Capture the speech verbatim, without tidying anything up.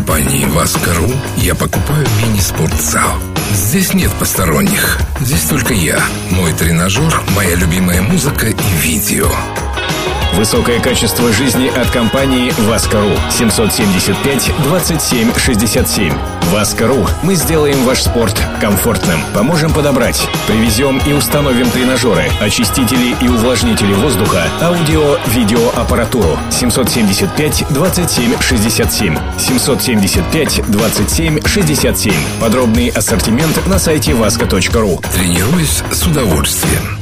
компании «Васка.ру» я покупаю мини-спортзал. Здесь нет посторонних. Здесь только я, мой тренажер, моя любимая музыка и видео. Высокое качество жизни от компании «Васка.ру». семьсот семьдесят пять двадцать семь шестьдесят семь. «Васка.ру». Мы сделаем ваш спорт комфортным. Поможем подобрать. Привезем и установим тренажеры, очистители и увлажнители воздуха, аудио, видеоаппаратуру. семьсот семьдесят пять двадцать семь шестьдесят семь. семьсот семьдесят пять двадцать семь шестьдесят семь. Подробный ассортимент на сайте васка точка ру. Тренируюсь с удовольствием.